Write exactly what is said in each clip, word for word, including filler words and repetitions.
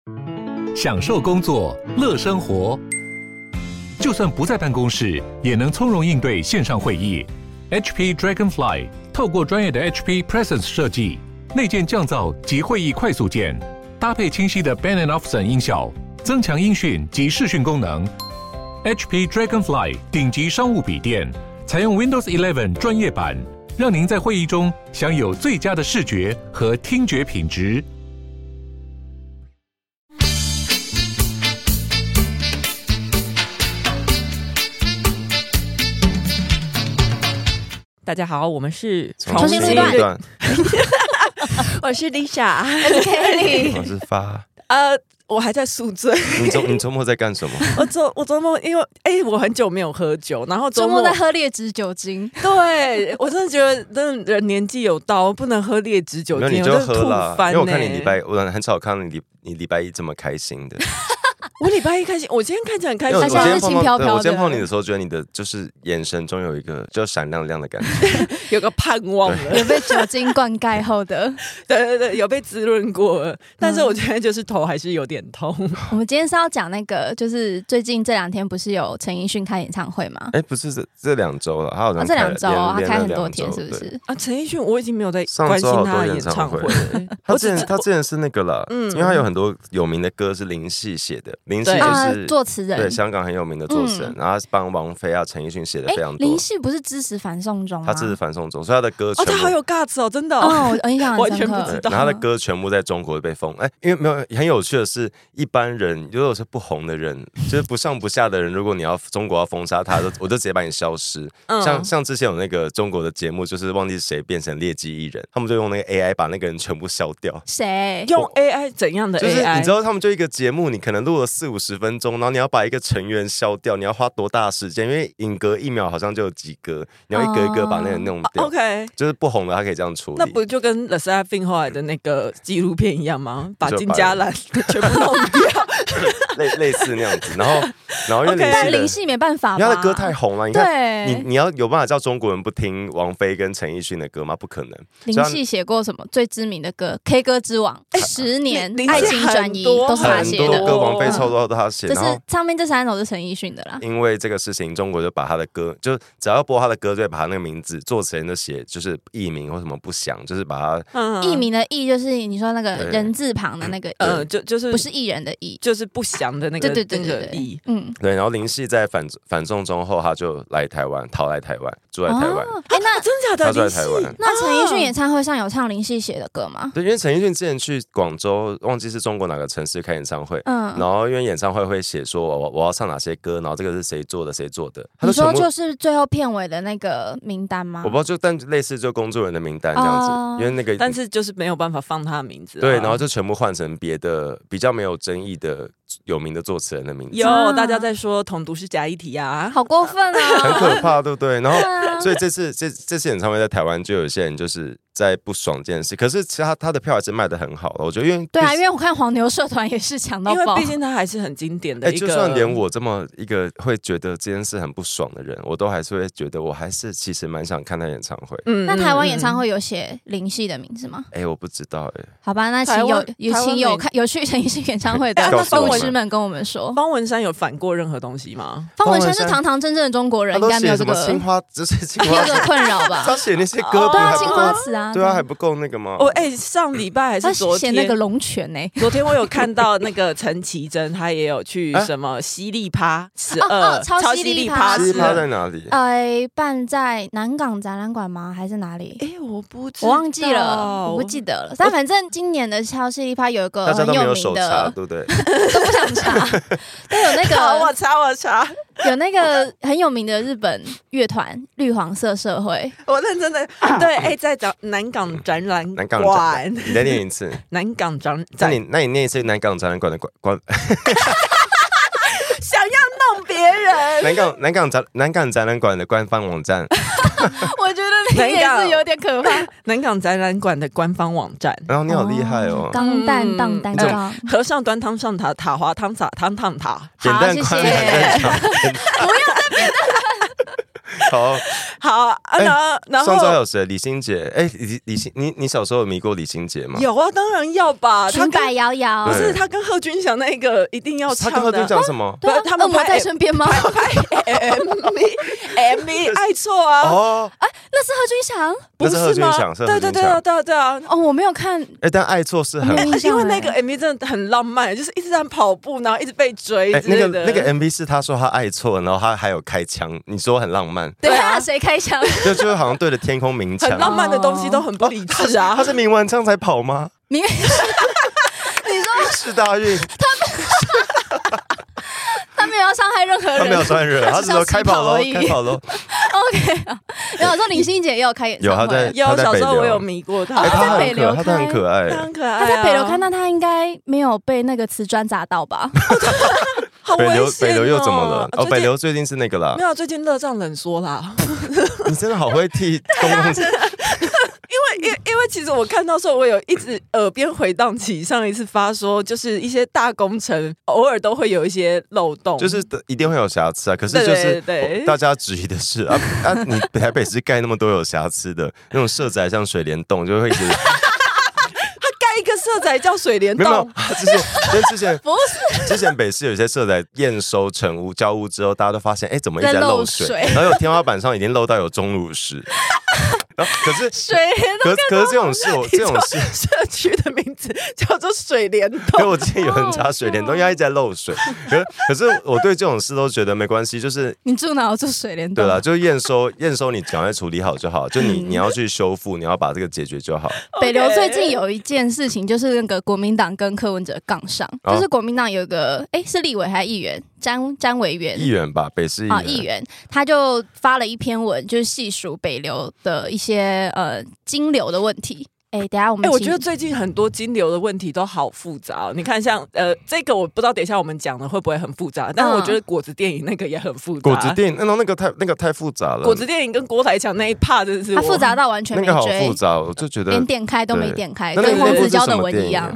享受工作，乐生活。就算不在办公室，也能从容应对线上会议。H P Dragonfly 透过专业的 H P Presence 设计，内建降噪及会议快速键，搭配清晰的 Bang and Olufsen 音效，增强音讯及视讯功能。H P Dragonfly 顶级商务笔电，采用 Windows 十一专业版，让您在会议中享有最佳的视觉和听觉品质。 大家好，我们是重新录一段。 我是 Lisa， 我是 Kelly， 我是发。 呃，我还在宿醉。 你周你周末在干什么？ 我周我周末因为哎、欸，我很久没有喝酒，然后周末周末在喝劣质酒精。 对，我真的觉得，真的人年纪有到，不能喝劣质酒精， 你就喝了、 欸。 因为我看你礼拜，我很少看你你礼拜一这么开心的。 我礼拜一开心，我今天看起来很开心。 我今天轻飘飘的。 我今天碰你的时候，觉得你的就是眼神中有一个就闪亮亮的感觉， 有个盼望了， 有被酒精灌溉后的， 对对对，有被滋润过了。但是我觉得就是头还是有点痛。嗯、 我们今天是要讲那个，就是最近这两天不是有陈奕迅开演唱会吗？ 哎、欸，不是这这两周了，他好像、 啊、这两周他开很多天，是不是？ 啊，陈奕迅我已经没有在关心他的演唱会了。 他之前他之前是那个啦，嗯，因为他有很多有名的歌是林夕写的，林夕就是。 啊作词人， 对，香港很有名的作词人，嗯、然后他帮王菲啊、陈奕迅写的非常多。 林夕不是支持反送中吗？ 他支持反送中，所以他的歌全部哦，他好有 guts 哦，真的哦，我印象完全不知道。 然后他的歌全部在中国被封，哎，因为没有很有趣的是，一般人如果是不红的人，就是不上不下的人，如果你要中国要封杀他，我就直接把你消失。嗯、像像之前有那个中国的节目，就是忘记谁变成劣迹艺人，他们就用那个 A I 把那个人全部消掉。 谁用 A I 怎样的 A I？ 就是你知道他们就一个节目，你可能录了四五十分钟，然后你要把一个成员消掉，你要花多大的时间？因为影隔一秒好像就有几个，你要一个一个把那个弄掉。 Oh, OK， 就是不红的他可以这样处理。 那不就跟 The Seraphim 后来的那个纪录片一样吗？把金嘉兰全部弄掉， 类类似那样子。然后，然后因为林夕， 但林夕没办法， 因为他的歌太红了。你看， 对你你要有办法叫中国人不听王菲跟陈奕迅的歌吗？不可能。 林夕写过什么最知名的歌？《K 歌之王》、十年、爱情转移都是他写的。 很多歌王菲超多都他写。 这是上面这三首是陈奕迅的啦。 因为这个事情，中国就把他的歌，就只要播他的歌，就会把他那个名字作词人就写，就是艺名或什么不详，就是把他艺名的艺，就是你说那个人字旁的那个， 呃，就就是不是艺人的艺， 就是不详的那个， 对对对对艺， 嗯， 对。然后林夕在反反送中后，他就来台湾，逃来台湾，住在台湾。 哎，那真的假的？ 他住在台湾。 那陈奕迅演唱会上有唱林夕写的歌吗？ 对，因为陈奕迅之前去广州，忘记是中国哪个城市开演唱会，嗯，然后因为演唱会会写说我我要唱哪些歌，然后这个是谁做的谁做的。 你说就是最后片尾的那个名单吗？ 我不知道，就但类似就工作人员的名单这样子，哦、因为那个但是就是没有办法放他的名字、啊。 对，然后就全部换成别的比较没有争议的有名的作词人的名字。 有大家在说统独是假议题啊， 好过分啊， 很可怕，对不对？然后所以这次这这次演唱会在台湾就有些人就是在不爽这件事，可是其实他他的票还是卖得很好了，我觉得因为对啊，因为我看黄牛社团也是抢到爆， 因为毕竟他还是很经典的一个。 欸、就算连我这么一个会觉得这件事很不爽的人，我都还是会觉得我还是其实蛮想看他演唱会。 嗯，那台湾演唱会有写林夕的名字吗？ 哎、欸，我不知道哎、欸。 好吧，那请有有请有看有去陈奕迅演唱会的牧师们跟我们说， 方文山有反过任何东西吗？ 方文山是堂堂正正的中国人，应该没有这个青花，就是青花这个困扰吧？ 他写那些歌， 对啊，青花瓷啊， 对啊，还不够那个吗？ 哦，哎、欸，上礼拜还是昨天写那个龙泉呢、欸？ 昨天我有看到那个陈绮贞，她也有去什么犀利趴十二、 哦哦，超犀利趴， 犀利趴在哪里？ 呃，办在南港展览馆吗？还是哪里？ 哎、欸，我不知道， 我忘记了，我不记得了。但反正今年的超犀利趴有一个很有名的， 对不对？ 都不想查，都有那个， 我查我查， 有那个很有名的日本乐团绿黄色社会。 我认真的对，哎、欸，在讲南港展览南港馆， 你再念一次。 南港展， 那你那你念一次南港展览馆的官官。 想要弄别人。 南港南港展南港展览馆的官方网站。 我觉得你也是有点可怕。 南港展览馆的官方网站。 然后你好厉害哦。 钢蛋荡蛋糕， 和尚端汤上塔，塔滑汤洒汤烫塔。 好，谢谢。不要再别的。 好好啊，然后然后上周还有谁？李心洁，哎，李李心，你你小时候有迷过李心洁吗？ 有啊，当然要吧。 裙摆摇摇， 不是他跟贺军翔那个一定要唱的。 他跟贺军翔什么？ 对啊， 他们拍在身边吗？ 拍 M V M V 爱错啊！ 哦， 哎，那是贺军翔， 不是贺军翔，是对对对啊对啊对啊。 哦，我没有看。 哎，但爱错是很， 因为那个 M V 真的很浪漫，就是一直在跑步，然后一直被追之类的。 那个那个 M V 是他说他爱错，然后他还有开枪，你说很浪漫？ 对啊，谁开枪？ 就就是好像对着天空鸣枪。 很浪漫的东西都很不理智啊！ 他是鸣完枪才跑吗？ 鸣，你说是大运， 他没有要伤害任何人， 他没有伤害任何人，他只说开跑喽，开跑喽。 OK， 然后我说林心洁也有开演唱会， 有他在， 有小时候我有迷过他， 他在北流开，他很可爱， 他很可爱， 他在北流开，那他应该没有被那个瓷砖砸到吧？ 北流北流又怎么了？哦，北流最近是那个啦， 没有，最近热胀冷缩啦。 你真的好会替公共。 因为因因为其实我看到时候，我有一直耳边回荡起上一次发说，就是一些大工程偶尔都会有一些漏洞， 就是一定会有瑕疵啊。可是就是大家质疑的是啊啊，你台北市盖那么多有瑕疵的那种社宅，像水帘洞，就会一直。 一个社宅叫水帘洞， 没有，之前因为之前不是之前北市有些社宅验收成屋交屋之后，大家都发现，哎，怎么一直在漏水？然后有天花板上已经漏到有钟乳石。可是水帘洞， 可是这种事，我这种事， 社区的名字叫做水帘洞。 可是我之前有人查水帘洞，因为他一直在漏水。可是可是我对这种事都觉得没关系，就是你住哪？我住水帘洞。 对啦，就验收验收，你赶快处理好就好。就你你要去修复，你要把这个解决就好。 北流最近有一件事情，就是那个国民党跟柯文哲杠上， 哦、 就是国民党有一个哎是立委还是议员？詹詹委员， 议员吧，北市议员， 啊，议员，他就发了一篇文，就是细数北流的一些呃金流的问题。哎，等一下我们， 哎，我觉得最近很多金流的问题都好复杂哦。你看像，像呃，这个我不知道，等一下我们讲的会不会很复杂？但是我觉得果子电影那个也很复杂。 果子电影，那那个太那个太复杂了。 果子电影跟郭台强那一 part 真的是， 它复杂到完全没追， 那个好复杂，我就觉得连点开都没点开，跟黄子佼的文一样。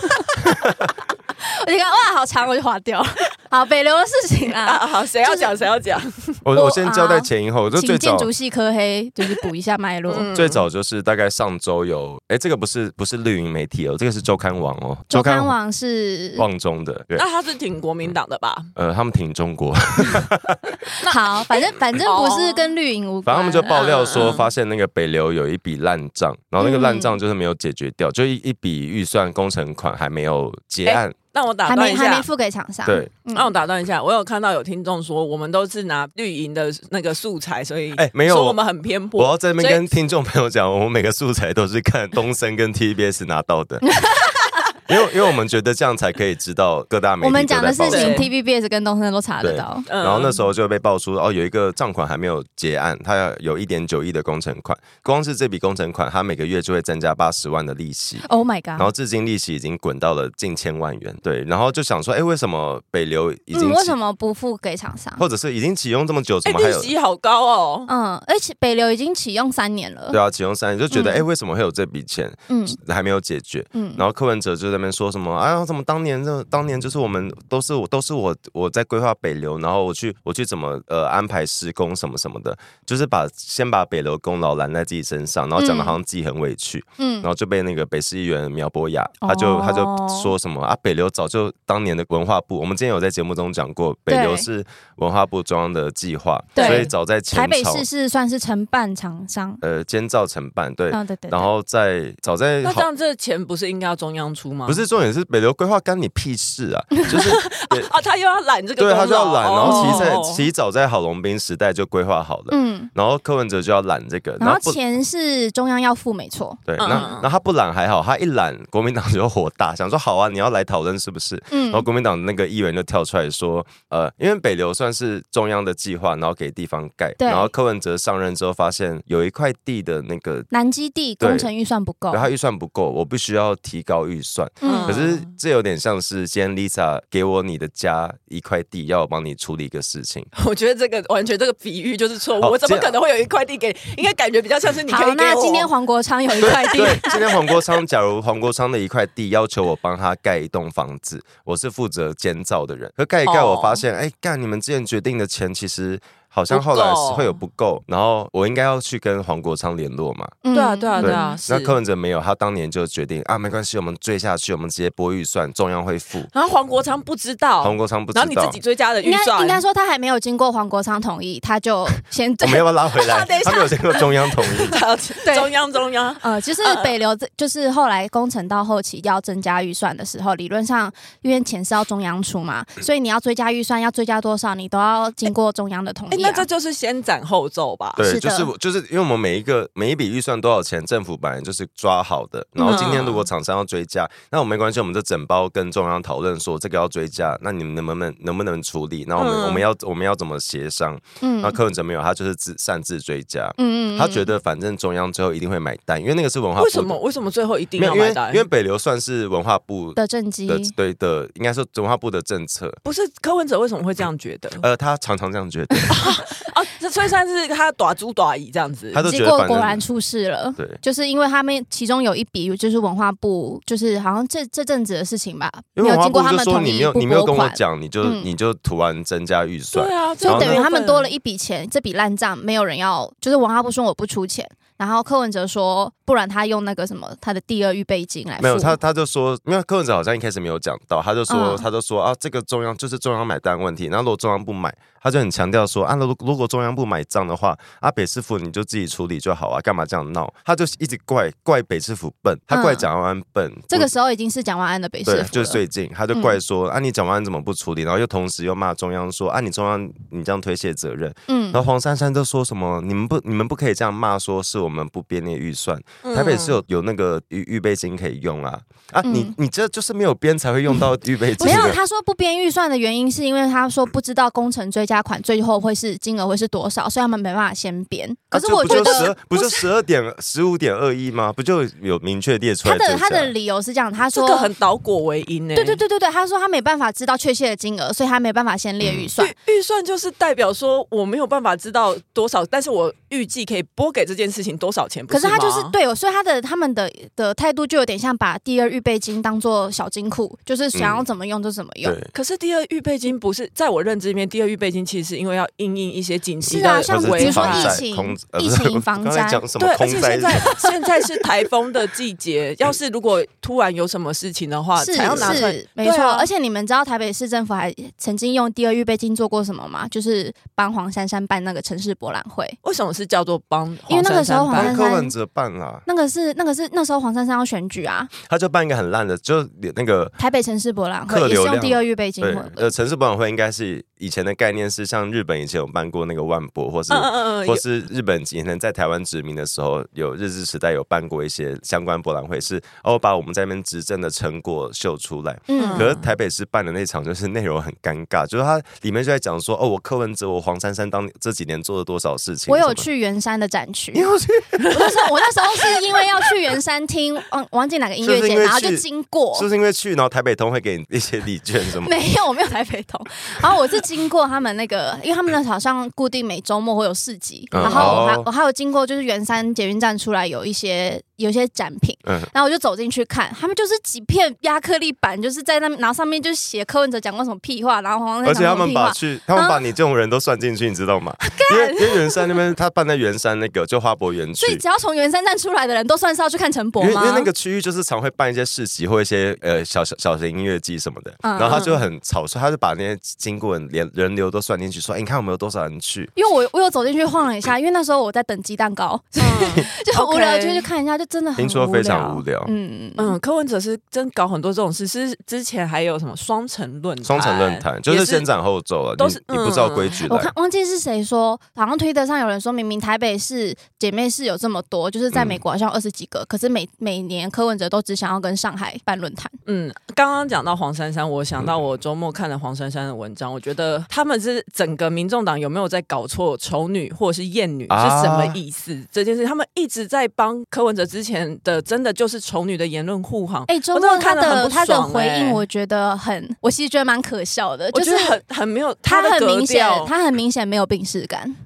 我就看哇，好长，我就划掉。好，北流的事情啊， 啊好，谁要讲谁要讲。 我我先交代前因后，就最早请建筑系科黑，就是补一下脉络。 嗯、 最早就是大概上周有，哎，这个不是不是绿营媒体哦，这个是周刊网哦。 周刊网是旺中的，对。 那他是挺国民党的吧？ 呃，他们挺中国。 好，反正反正不是跟绿营无关。 反正他们就爆料说，发现那个北流有一笔烂账，然后那个烂账就是没有解决掉，就一一笔预算工程款还没有结案。 让我打断一下， 还没还没付给厂商。 对， 嗯、让我打断一下，我有看到有听众说，我们都是拿绿营的那个素材，所以哎，没有， 说我们很偏颇。 我要在那边跟听众朋友讲，我们每个素材都是看东森跟 T V B S 拿到的。因为因为我们觉得这样才可以知道各大媒体。 我们讲的事情 ，T V B S 跟东森都查得到。 然后那时候就被爆出哦，有一个账款还没有结案，它要有一点九亿的工程款，光是这笔工程款，它每个月就会增加八十万的利息。 Oh my god！ 然后至今利息已经滚到了近千万元。对，然后就想说，哎，为什么北流已经、 嗯、为什么不付给厂商？ 或者是已经启用这么久，怎么还有利息好高哦？ 嗯，而且北流已经启用三年了。 对啊，启用三年就觉得，哎、嗯，为什么会有这笔钱？嗯，还没有解决。嗯，然后柯文哲就在那边说什么，哎。然后怎么当年这当年就是我们都是我都是我我在规划北流，然后我去我去怎么呃安排施工什么什么的，就是把先把北流功劳揽在自己身上，然后讲的好像自己很委屈，嗯，然后就被那个北市议员苗博雅，他就、哦、他就说什么啊，北流早就当年的文化部，我们之前有在节目中讲过，北流是文化部中央的计划，所以早在前朝台北市是算是承办厂商， 呃，监造承办，对， 哦、对, 对, 对， 然后在早在那这样这钱不是应该要中央出吗？ 不是，重点是北流规划干你屁事啊！就是啊，他又要揽这个， 对，他就要揽，然后其实在其实早在郝龙斌时代就规划好了，嗯，然后柯文哲就要揽这个， 然后钱是中央要付，没错， 对，那那他不揽还好，他一揽，国民党就火大，想说好啊，你要来讨论是不是？嗯，然后国民党那个议员就跳出来说，呃，因为北流算是中央的计划，然后给地方盖，然后柯文哲上任之后发现有一块地的那个南基地工程预算不够， 对，他预算不够，我必须要提高预算，嗯，可是这有点像是今天 Lisa 给我你的家一块地，要我帮你处理一个事情。 我觉得这个完全这个比喻就是错误，我怎么可能会有一块地给？应该感觉比较像是你可以给我。 好，那今天黄国昌有一块地， 对，对今天黄国昌，假如黄国昌的一块地要求我帮他盖一栋房子，我是负责监造的人，可盖一盖我发现，哎、哦，干你们之前决定的钱其实。 好像后来会有不够，然后我应该要去跟黄国昌联络嘛。 对啊，对啊，对啊。 那柯文哲没有，他当年就决定啊，没关系，我们追下去，我们直接拨预算，中央会付。 然后黄国昌不知道， 黄国昌不知道， 然后你自己追加的预算， 应该说他还没有经过黄国昌同意，他就先我们要不要拉回来？他没有经过中央同意， 对，中央中央， 呃，就是北流，就是后来工程到后期要增加预算的时候，理论上因为钱是要中央出嘛，所以你要追加预算，要追加多少，你都要经过中央的同意、啊。 那这就是先斩后奏吧？ 对，就是就是因为我们每一个每一笔预算多少钱，政府本来就是抓好的。然后今天如果厂商要追加，嗯、那我没关系，我们就整包跟中央讨论说这个要追加，那你们能不能能不能处理？然后我们、嗯、我们要我们要怎么协商？嗯，那柯文哲没有，他就是自擅自追加。嗯嗯，他觉得反正中央最后一定会买单，因为那个是文化部。 为什么？为什么最后一定要买单？ 因为因为北流算是文化部的政绩的，对的，应该说文化部的政策。 不是柯文哲为什么会这样觉得？ 呃，他常常这样觉得。 啊，所以算是他短猪短乙这样子。 他都觉得结果果然出事了。 对， 就是因为他们其中有一笔就是文化部，就是好像这这阵子的事情吧， 没有经过他们同意， 你没有你没有跟我讲，你就、嗯、你就突然增加预算。 对啊， 所以等于他们多了一笔钱，这笔烂账没有人要，就是文化部说我不出钱。然后柯文哲说，不然他用那个什么他的第二预备金来付。 没有，他他就说，因为柯文哲好像一开始没有讲到，他就说、嗯、他就说啊，这个中央就是中央买单问题。然后如果中央不买，他就很强调说啊，如果中央不买账的话，啊北市府你就自己处理就好啊，干嘛这样闹？他就一直怪怪北市府笨，他怪蒋万安笨、嗯。 这个时候已经是蒋万安的北市府了， 对，就是最近他就怪说、嗯、啊，你蒋万安怎么不处理？然后又同时又骂中央说啊，你中央你这样推卸责任。嗯，然后黄珊珊就说什么，你们不你们不可以这样骂，说是我们不编列预算，台北是有有那个预预备金可以用啊啊！嗯、你你这就是没有编才会用到预备金。 没有，他说不编预算的原因是因为他说不知道工程追加款最后会是金额会是多少，所以他们没办法先编。可是我觉得、 啊、不就十二点十五点二亿吗？不就有明确列出来？ 他的他的理由是这样，他说这个很倒果为因呢、欸。 对对对对对，他说他没办法知道确切的金额，所以他没办法先列预算。 嗯、预算就是代表说我没有办法知道多少，但是我预计可以拨给这件事情多少钱。 可是他就是对，所以他的他们的的态度就有点像把第二预备金当做小金库，就是想要怎么用就怎么用。 嗯、 可是第二预备金不是在我认知里面，第二预备金其实是因为要因应一些紧急的， 是啊，像比如说疫情、 呃、 疫情防灾， 对，而且现在现在是台风的季节，要是如果突然有什么事情的话，才要拿出来。 没错、啊，而且你们知道台北市政府还曾经用第二预备金做过什么吗？就是帮黄珊珊办那个城市博览会。 为什么是叫做帮？ 因为那个时候黄珊珊柯文哲办啦， 那个是那个是那时候黄珊珊要选举啊， 他就办一个很烂的，就那个台北城市博览会，也是用第二预备金。 对，呃，城市博览会应该是以前的概念是像日本以前有办过那个万博，或是、嗯嗯嗯、或是日本以前在台湾殖民的时候，有日治时代有办过一些相关博览会，是哦把我们在那边执政的成果秀出来。嗯，可是台北市办的那场就是内容很尴尬，就是它里面就在讲说哦，我柯文哲，我黄珊珊当这几年做了多少事情。 我有去圆山的展区， 你有去？ 我那时候我那时候是因为要去圆山听忘忘记哪个音乐节，然后就经过， 是不是因为去，然后台北通会给你一些礼券什么？ 没有，我没有台北通。然后我是经过他们那个，因为他们那好像固定每周末会有市集，嗯、然后我还我还有经过就是圆山捷运站出来有一些有一些展品，嗯、然后我就走进去看，他们就是几片亚克力板，就是在那，然后上面就写柯文哲讲过什么屁话，然后黄珊珊而且他们把去，他们把你这种人都算进去，你知道吗？因为因为圆山那边他办在圆山那个就花博园区， 所以只要从圆山站出来的人都算是要去看陈柏吗？ 因为因为那个区域就是常会办一些市集或一些呃小小小型音乐季什么的，嗯、然后他就很吵，所以他就把那些经过人连人流都算进去，说，哎、欸，你看我们有多少人去？ 因为我我有走进去晃了一下，因为那时候我在等鸡蛋糕，嗯、就很无聊，就去看一下，就真的很无聊， 听说非常无聊。 嗯嗯，柯文哲是真搞很多这种事，是之前还有什么双城论坛， 双城论坛就是先斩后奏了，都是 你, 你不知道规矩、嗯。 我看忘记是谁说，好像推特上有人说，明明台北市姐妹市有这么多，就是在美国好像二十几个，嗯、可是每每年柯文哲都只想要跟上海办论坛。 嗯，刚刚讲到黄珊珊，我想到我周末看了黄珊珊的文章，我觉得他们是整个民众党有没有在搞错丑女或者是艳女是什么意思、啊、这件事，他们一直在帮柯文哲之前的真的就是丑女的言论护航。 哎、欸，周末他的他的回应，我觉得很，我其实觉得蛮可笑的，就是很很没有他的格调， 他很明显没有病识感。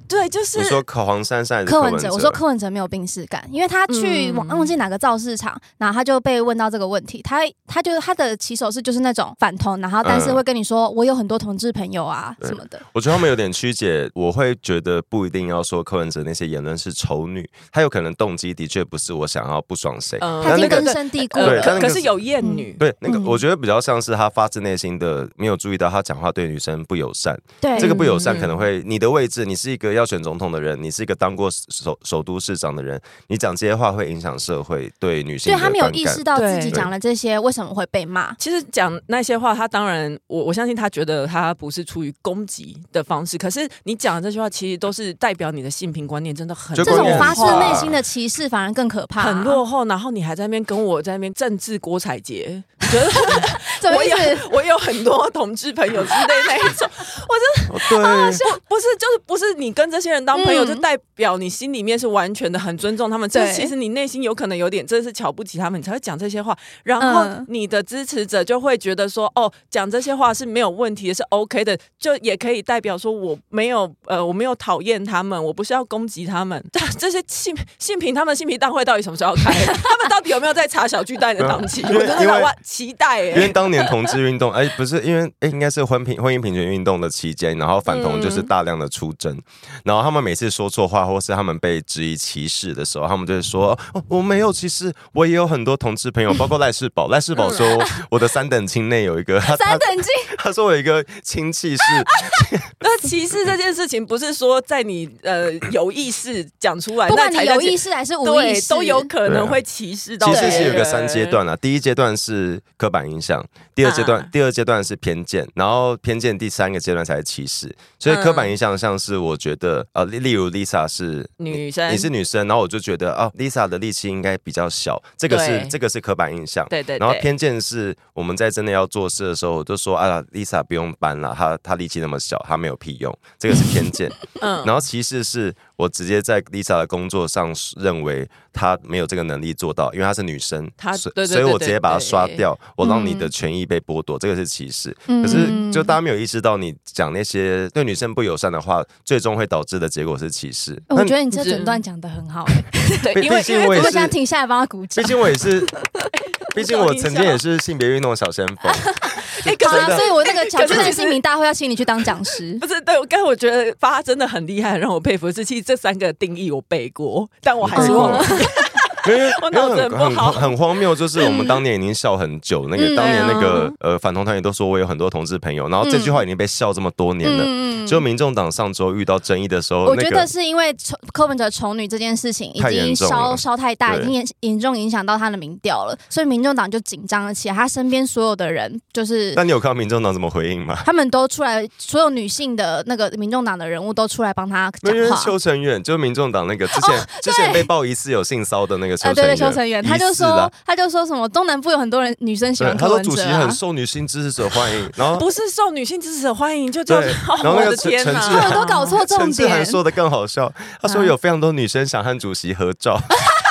对，就是你说黄珊珊还是柯文哲？ 柯文哲？ 我说柯文哲没有病识感，因为他去忘忘记哪个造市场，然后他就被问到这个问题，他他就是他的起手式就是那种反同，然后但是会跟你说、嗯、我有很多同志朋友啊什么的。 我觉得他们有点曲解，我会觉得不一定要说柯文哲那些言论是丑女，他有可能动机的确不是我想要不爽谁， 嗯、他已经根深蒂固了。 对， 可可是有艳女， 对那个、嗯、我觉得比较像是他发自内心的没有注意到他讲话对女生不友善。 对， 这个不友善可能会、嗯、你的位置，你是一个要选总统的人，你是一个当过首首都市长的人，你讲这些话会影响社会对女性的观感。 对，他没有意识到自己讲了这些为什么会被骂。 其实讲那些话，他当然我我相信他觉得他不是出于攻击的方式，可是你讲的这些话其实都是代表你的性平观念真的很这种发自内心的歧视反而更可怕、啊， 很落后。然后你还在那边跟我在那边政治郭采洁，你觉得什么意思？ 我有很多同志朋友之类那一种，我真的、 哦、对、 啊，不是就是不是你跟这些人当朋友、嗯、就代表你心里面是完全的很尊重他们，这其实你内心有可能有点真的是瞧不起他们，你才会讲这些话，然后你的支持者就会觉得说哦，讲这些话是没有问题的，是 OK 的，就也可以代表说我没有呃我没有讨厌他们，我不是要攻击他们。这些性性平他们性平大会到底什么时候要开？他们到底有没有在查小巨蛋的档期？我真的很期待哎、欸， 因为当年同志运动，哎、欸，不是因为哎、欸，应该是婚平婚姻平权运动的期间，然后反同就是大量的出征、嗯，然后他们每次说错话，或是他们被质疑歧视的时候，他们就会说、哦、我没有歧视，我也有很多同志朋友，包括赖世宝。赖世宝说我的三等亲内有一个三等亲， 他说我有一个亲戚是。 那歧视这件事情不是说在你呃有意识讲出来， 不管你有意识还是无意识， 都有可能会歧视到。 其实是有个三阶段啦，第一阶段是刻板印象，第二阶段、啊、第二阶段是偏见，然后偏见第三个阶段才是歧视。所以刻板印象像是我觉得呃，例如 Lisa 是女生， 你是女生，然后我就觉得哦 ，Lisa 的力气应该比较小，这个是这个是刻板印象。 对 对, 對。 然后偏见是我们在真的要做事的时候，我就说啊 ，Lisa 不用搬了，她她力气那么小，她没有屁用，这个是偏见。嗯。然后歧视是我直接在 Lisa 的工作上认为她没有这个能力做到，因为她是女生， 她所以所以我直接把她刷掉，我让你的权益被剥夺，嗯、这个是歧视。可是就大家没有意识到，你讲那些对女生不友善的话，最终会导致的结果是歧视。 我觉得你这整段讲得很好、欸， 对，因为因为我想停下来帮他鼓掌。 毕竟我也是，毕竟我曾经也是性别运动小先锋。 哎、欸，好啊，所以我那个小巨蛋性平大会要请你去当讲师。 不是，对，我刚才我觉得发真的很厉害，让我佩服的是，其实这三个定义我背过，但我还是忘了。 因为我脑子很不好，很荒谬，就是我们当年已经笑很久，那个当年那个呃反同团也都说我有很多同志朋友，然后这句话已经被笑这么多年了。就民众党上周遇到争议的时候， 我觉得是因为柯文哲丑女这件事情已经烧烧太大，已经严重影响到他的民调了，所以民众党就紧张了起来。他身边所有的人就是， 那你有看到民众党怎么回应吗？ 他们都出来，所有女性的那个民众党的人物都出来帮他讲话。 邱成远就是民众党那个之前、哦、之前被爆疑似有性骚的那个邱成远。 对对，邱成远，他就说，他就说什么东南部有很多人女生喜欢柯文哲、啊， 他说主席很受女性支持者欢迎，然后不是受女性支持者欢迎，就叫、哦、 然后那个陈陈志涵都搞错重点。 陈志涵说的更好笑，他说有非常多女生想和主席合照。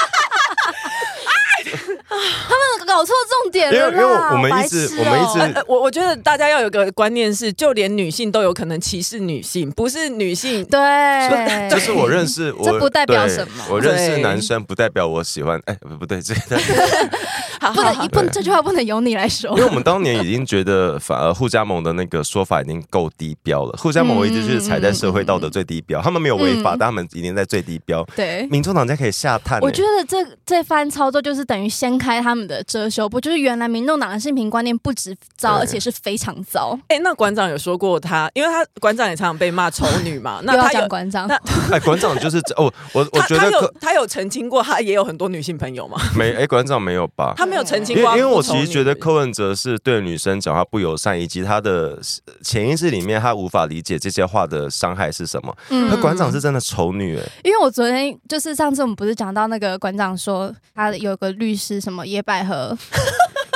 他们搞错重点了啦， 因为因为我们一直、 哦、 我们一直、 呃、我我觉得大家要有个观念是，就连女性都有可能歧视女性，不是女性对， 就是我认识我这不代表什么， 我认识男生不代表我喜欢，哎，不对，这个不能一不这句话不能由你来说， 因为我们当年已经觉得反而互加盟的那个说法已经够低标了，互加盟我一直就是踩在社会道德最低标，嗯、他们没有违法、嗯，但他们已经在最低标， 对， 民众党才可以下探、欸。 我觉得这这番操作就是等于掀开他们的遮羞布，就是原来民众党的性平观念不止糟，而且是非常糟。 哎、欸，那馆长有说过他，因为他馆长也常常被骂丑女嘛，那他有馆长， 那哎，馆长就是哦，我我觉得他有他有澄清过，他也有很多女性朋友吗？ 没，哎、欸，馆长没有吧？ 他没有澄清过， 因为因为我其实觉得柯文哲是对女生讲话不友善，以及他的潜意识里面他无法理解这些话的伤害是什么。嗯，那馆长是真的丑女哎、欸， 因为我昨天就是上次我们不是讲到那个馆长说他有个律师什么野百合。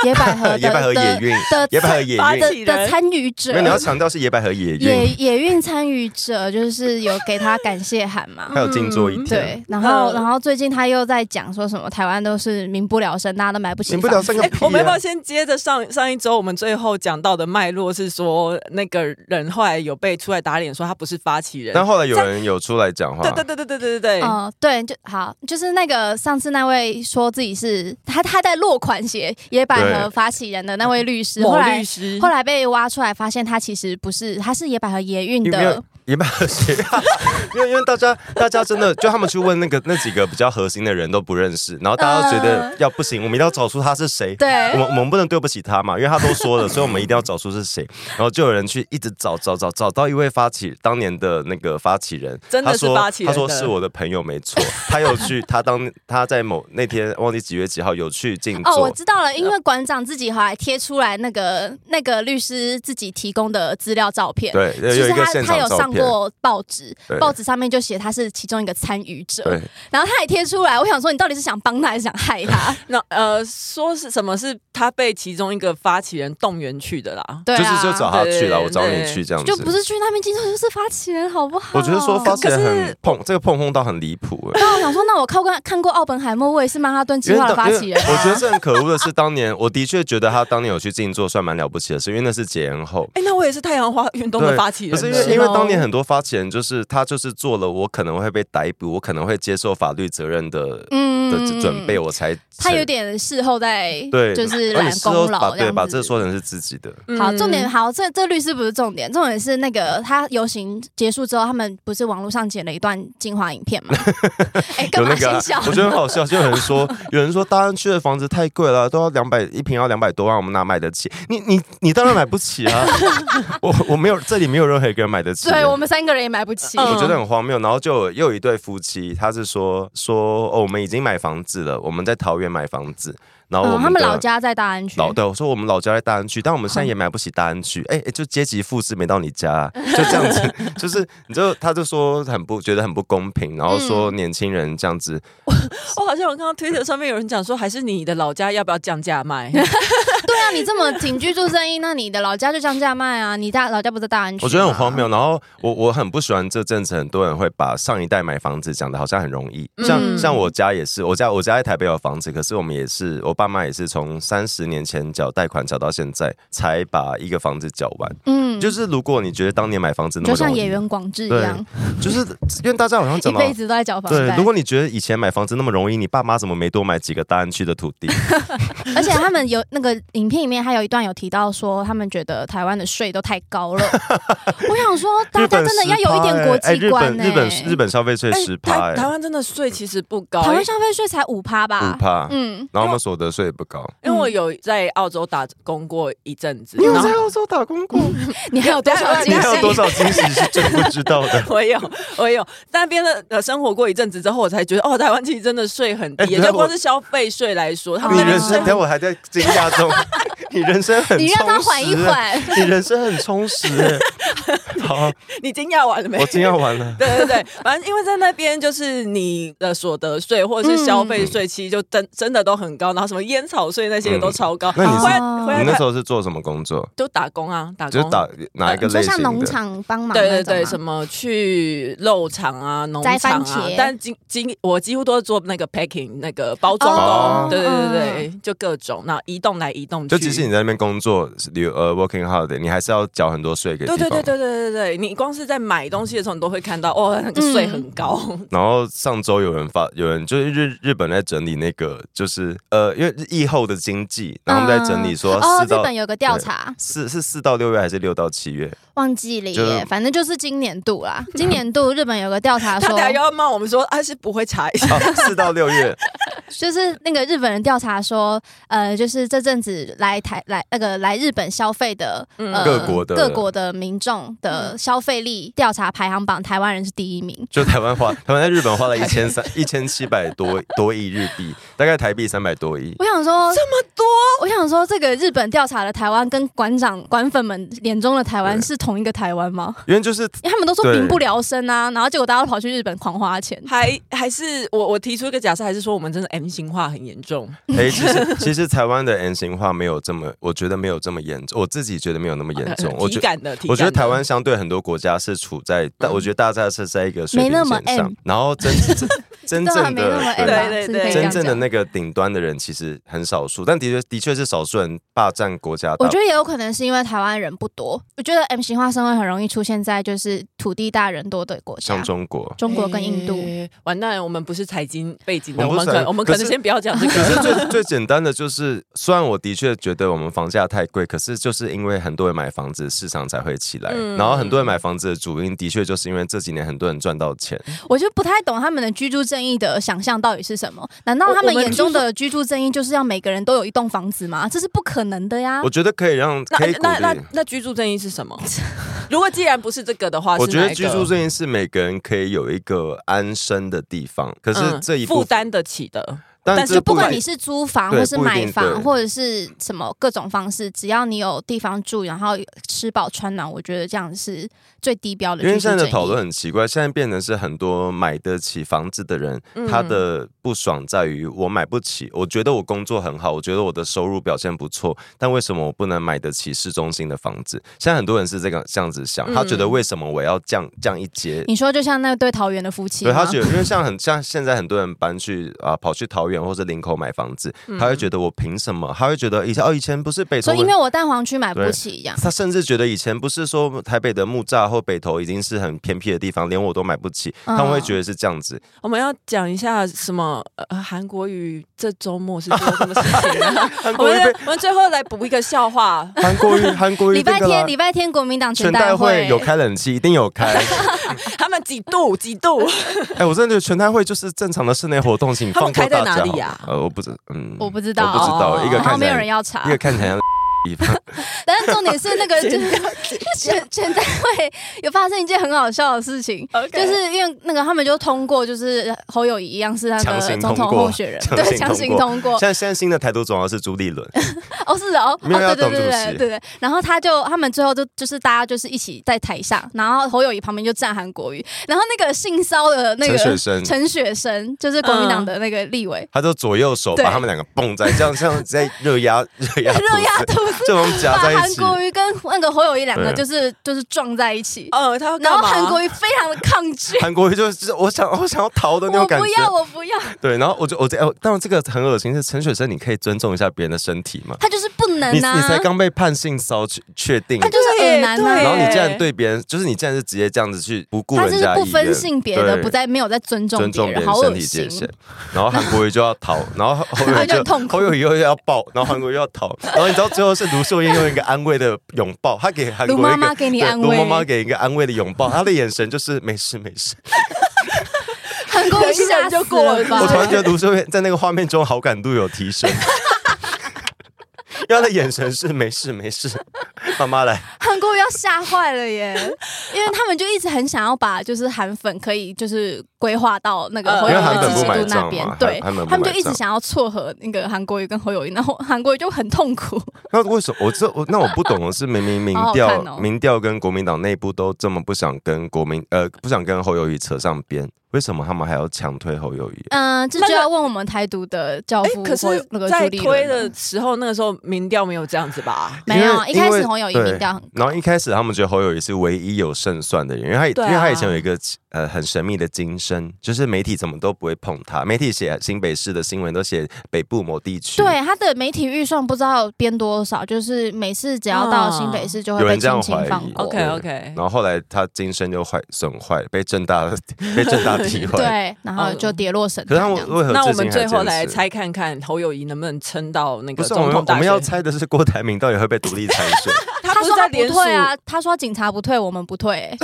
野百合的野百合野运的野百合野运的参与者， 因为你要强调是野百合野运野野运参与者，就是有给他感谢函嘛， 还有静坐一天。 对，然后然后最近他又在讲说什么台湾都是民不聊生，大家都买不起房子。 民不聊生个屁啊！ 我们要不要先接着上上一周我们最后讲到的脉络是说，那个人后来有被出来打脸，说他不是发起人， 但后来有人有出来讲话。 对对对对对对对对， 哦，对，就好，就是那个上次那位说自己是他他在落款写野百合发起人的那位律师，后来律师后来被挖出来，发现他其实不是，他是野百合野运的。 野百合协，因为因为大家大家真的就他们去问那个那几个比较核心的人都不认识，然后大家都觉得要不行，我们一定要找出他是谁。 对， 我们我们不能对不起他嘛，因为他都说了，所以我们一定要找出是谁。然后就有人去一直找找找找到一位发起当年的那个发起人， 真的是发起人， 他说他说是我的朋友没错，他有去他当他在某那天忘记几月几号有去静坐。 哦，我知道了，因为馆长自己后来贴出来那个那个律师自己提供的资料照片， 对，有一个现场照片， 他有上过报纸。报纸上面就写他是其中一个参与者，然后他也贴出来，我想说你到底是想帮他还是想害他？ 那呃，说是什么是他被其中一个发起人动员去的啦， 对、啊， 就是就找他去了，我找你去这样子， 就不是去那边静坐，就是发起人，好不好？ 我觉得说发起人很碰，这个碰碰到很离谱。 那我想说，那我看过看过奥本海默，我也是曼哈顿计划的发起人、啊。 我觉得这很可恶的是，当年我的确觉得他当年有去静坐，算蛮了不起的事，因为那是解严后。 哎、欸，那我也是太阳花运动的发起人， 可是因为因为当年很多发起人就是他就是做了我可能会被逮捕，我可能会接受法律责任的、嗯、的准备，我才他有点事后在对， 就是揽功劳， 对，把这说成是自己的。 好，重点好，这这律师不是重点，重点是那个他游行结束之后，他们不是网络上剪了一段精华影片吗？哎、欸，干嘛先笑、 那個啊？我觉得很好笑，就有人说，有人说大安区的房子太贵了，都要两百一平，要两百多万，我们哪买得起？你你你当然买不起啊！我我没有，这里没有任何一个人买得起。 对我们三个人也买不起。 我觉得很荒谬。然后就又有一对夫妻，他是说说哦，我们已经买房子了，我们在桃园买房子。然后我们、 嗯、他们老家在大安区。 老对，我说我们老家在大安区，但我们现在也买不起大安区。哎、欸，就阶级复制没到你家、啊，就这样子，就是你就他就说很不觉得很不公平，然后说年轻人这样子。嗯、 我, 我好像有看到推特上面有人讲说，还是你的老家要不要降价卖？ 对啊，你这么挺居住正义，那你的老家就降价卖啊！你大老家不在大安区， 我觉得很荒谬。然后我我很不喜欢这阵子很多人会把上一代买房子讲的好像很容易，像、嗯、像我家也是，我家我家在台北有房子，可是我们也是，我爸妈也是从三十年前缴贷款缴到现在，才把一个房子缴完。嗯，就是如果你觉得当年买房子那么容易， 就像野原广志一样， 就是因为大家好像讲一辈子都在缴房贷。 对，如果你觉得以前买房子那么容易，你爸妈怎么没多买几个大安区的土地？ 而且他们有那个影片里面还有一段有提到说，他们觉得台湾的税都太高了。我想说，大家真的要有一点国际观呢、欸。 日本日本日本消费税十趴， 台台湾真的税其实不高， 台湾消费税才五趴吧？ 五趴，嗯，然后我们所得税也不高。 因为我有在澳洲打工过一阵子， 你有在澳洲打工过？ 你还有多少惊喜？ 你还有多少惊喜是真不知道的？ 我有，我有，那边的呃生活过一阵子之后，我才觉得哦，台湾其实真的税很低，也就光是消费税来说，他们你人生，等我还在惊讶中，你人生很充实， 你让他缓一缓， 你人生很充实。好， 你惊讶完了没？ 我惊讶完了。 对对对，反正因为在那边就是你的所得税或者是消费税，其实就真真的都很高，然后什么烟草税那些也都超高。 那你是你那时候是做什么工作？ 就打工啊，打工。 就打哪一个类型的？ 就像农场帮忙。 对对对，什么去肉场啊、农场啊，但几几我几乎都是做那个 packing 那个包装工。对对对对，就各种，那移动来移动去。 就即使你在那边工作，呃 working hard， 你还是要缴很多税给地方。 对对对对对对对，你光是在买东西的时候，你都会看到哦，那个税很高。 嗯、然后上周有人发，有人就是日日本在整理那个，就是呃，因为疫后的经济，然后他们在整理说哦，日本有个调查， 是是四到六月还是六到七月？ 忘记了耶，反正就是今年度啦。今年度日本有个调查说， 他等下又要骂我们说，还是不会查一下。 四、哦、到六月， 就是那个日本人调查说，呃，就是这阵子来台来那个来日本消费的、嗯呃、 各国的各国的民众的消费力调查排行榜，台湾人是第一名。 就台湾花，台湾在日本花了一千三一千七百多多亿日币，大概台币三百多亿。 我想说这么多， 我想说这个日本调查的台湾跟馆长馆粉们眼中的台湾是同一个台湾吗？ 因为就是因为他们都说民不聊生啊，然后结果大家都跑去日本狂花钱， 还还是我我提出一个假设，还是说我们真的 M 型化很严重？ 哎、欸，其实其实台湾的 M 型化化没有这么，我觉得没有这么严重，我自己觉得没有那么严重。 体感的，体感的我觉得台湾相对很多国家是处在，但、嗯、我觉得大家是在一个水平线上，然后真真真正的对对对， 真正的那个顶端的人其实很少数，但的确的确是少数人霸占国家。 我觉得也有可能是因为台湾人不多，我觉得 M 型化社会很容易出现在就是土地大人多的国家， 像中国、 中国跟印度。 欸、完蛋，我们不是财经背景的，我们可我们可能先不要讲这个。 可是最最简单的就是，虽然我的确觉得我们房价太贵，可是就是因为很多人买房子，市场才会起来。嗯、然后很多人买房子的主因，的确就是因为这几年很多人赚到钱。 我就不太懂他们的居住正义的想象到底是什么？难道他们眼中的居住正义就是要每个人都有一栋房子吗？这是不可能的呀！ 我觉得可以让可以鼓励。 那那 那, 那居住正义是什么？如果既然不是这个的话， 我觉得居住正义是每个人可以有一个安身的地方，可是这一负担得起的。 但是不管你是租房或是买房或者是什么各种方式，只要你有地方住，然后吃饱穿暖，我觉得这样是最低标的居住正义。 因为现在的讨论很奇怪，现在变成是很多买得起房子的人，嗯、他的不爽在于我买不起。我觉得我工作很好，我觉得我的收入表现不错，但为什么我不能买得起市中心的房子？现在很多人是这个这样子想，他觉得为什么我要降降一阶？ 你说就像那对桃园的夫妻吗？ 对，他觉得因为像很像现在很多人搬去啊、呃、跑去桃园或是林口买房子，他会觉得我凭什么？他会觉得以前哦以前不是北投， 所以因为我蛋黄区买不起一样。 他甚至觉得以前不是说台北的木栅或北投已经是很偏僻的地方，连我都买不起，嗯、他们会觉得是这样子。 我们要讲一下什么？呃，韩国瑜这周末是做什么事情呢？我们我们最后来补一个笑话。 韩国瑜韩国瑜礼拜天礼拜天国民党全代会有开冷气，一定有开。 他们几度几度？ 哎、欸，我真的觉得全代会就是正常的室内活动，请放过大家。他们开在哪里啊？呃，我不知，嗯， 我不知道， 我不知道，哦、一个看起来没有人要查， 一个看起来像地方。 但是重点是那个就是全全代会有发生一件很好笑的事情， okay. 就是因为那个他们就通过，就是侯友宜一样是那个总统候选人，对，强行通过。 现在现在新的台独总要是朱立伦， 哦是哦， 没有要对董主席， 对对对。然后他就他们最后就就是大家就是一起在台上，然后侯友宜旁边就站韩国瑜，然后那个性骚的那个陈雪生， 陈雪生就是国民党的那个立委， 他就左右手把他们两个蹦在这样像在热压热压热压吐司， 就我们夹在一起。 韩国瑜跟那个侯友宜两个就是就是撞在一起， 呃，他然后韩国瑜非常的抗拒， 韩国瑜就是我想我想要逃的那种感觉， 我不要我不要。 对，然后我就我这当然这个很恶心，是陈雪生，你可以尊重一下别人的身体吗？ 他就是不能啊， 你你才刚被判性骚确定， 他就是恶男啊。 然后你竟然对别人，就是你竟然是直接这样子去不顾人家意愿， 他是不分性别的，不在没有在尊重尊重别人身体界限。然后韩国瑜就要逃，然后侯友宜就侯友宜又要抱，然后韩国瑜又要逃，然后你知道最后是卢秀燕用一个安慰的拥抱，他给韩国瑜一个卢妈妈给你安慰， 卢妈妈给一个安慰的拥抱，他的眼神就是没事没事。 韩国瑜吓就过了吧？ 我突然觉得卢秀燕在那个画面中好感度有提升。因为他的眼神是没事没事，妈妈来。 韩国瑜要吓坏了耶，因为他们就一直很想要把就是韩粉可以就是规划到那个侯友宜的支持度那边，对，他们就一直想要撮合那个韩国瑜跟侯友宜，然后韩国瑜就很痛苦。 那为什么我这我那我不懂的是，明明民调、哦、民调跟国民党内部都这么不想跟国民呃不想跟侯友宜扯上边。为什么他们还要强推侯友宜？ 嗯，这就要问我们台独的教父。 可是在推的时候，那个时候民调没有这样子吧？ 没有，一开始侯友宜民调很高。 然后一开始他们觉得侯友宜是唯一有胜算的人，因为他、啊、因为他以前有一个呃很神秘的金身，就是媒体怎么都不会碰他。媒体写新北市的新闻都写北部某地区。 对，他的媒体预算不知道编多少，就是每次只要到新北市就会被轻轻放过。 OK OK。 然后后来他金身就坏损坏，被政大被政大踢坏。 对。然后就跌落神坛。 可是他们为何？ 那我们最后来猜看看侯友宜能不能撑到那个总统大选？ 我们要猜的是郭台铭到底会不会独立参选？ 他不是在不退啊，他说警察不退，我们不退、欸。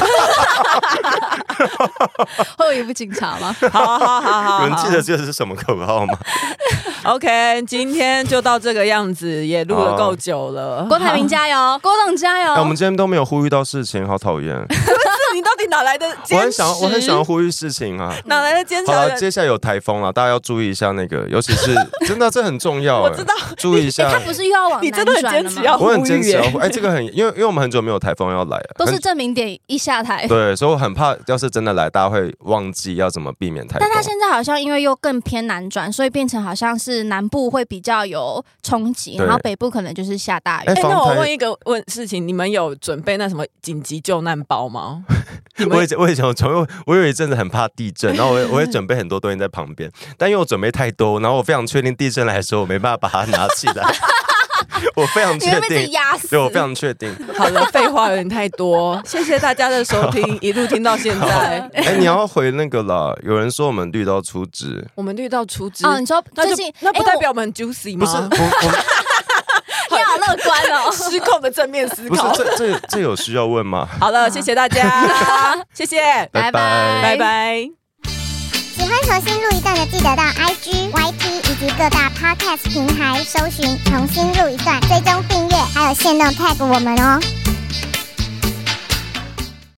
侯友宜不警察吗？ 好好好好， 有人记得这是什么口号吗 ？OK， 今天就到这个样子，也录了够久了。 郭台铭加油，郭董加油。 哎，我们今天都没有呼吁到事情，好讨厌。 你到底哪哪来的坚持？ 我很想，我很想要呼吁事情啊， 哪来的坚持？ 好了，接下来有台风了，大家要注意一下那个，尤其是真的这很重要。 我知道， 注意一下。 他不是又要往南转了吗？ 你真的很坚持要呼吁， 我很坚持要呼吁。哎，这个很，因为因为我们很久没有台风要来了， 都是证明点一下台。 对，所以我很怕，要是真的来，大家会忘记要怎么避免台风。 但他现在好像因为又更偏南转，所以变成好像是南部会比较有冲击，然后北部可能就是下大雨。 哎，那我问一个问事情，你们有准备那什么紧急救难包吗？ 我以前我以前有准备，我有一阵子很怕地震，然后我我会准备很多东西在旁边，但因为我准备太多，然后我非常确定地震来的时候，我没办法把它拿起来。我非常确定， 你会被自己压死。 对，我非常确定。 好了，废话有点太多，谢谢大家的收听，一路听到现在。 哎、欸，你要回那个啦，有人说我们绿到出汁， 我们绿到出汁哦，你说那就那不代表我们很 juicy 吗？ 不是，我我你好乐观哦， 失控的正面思考。 不是，这这这有需要问吗？ 好了，谢谢大家，谢谢， 拜拜拜拜。 喜欢重新录一段的，记得到 I G、Y T 以及各大 Podcast 平台搜寻重新录一段，追踪订阅，还有限动 tag 我们哦。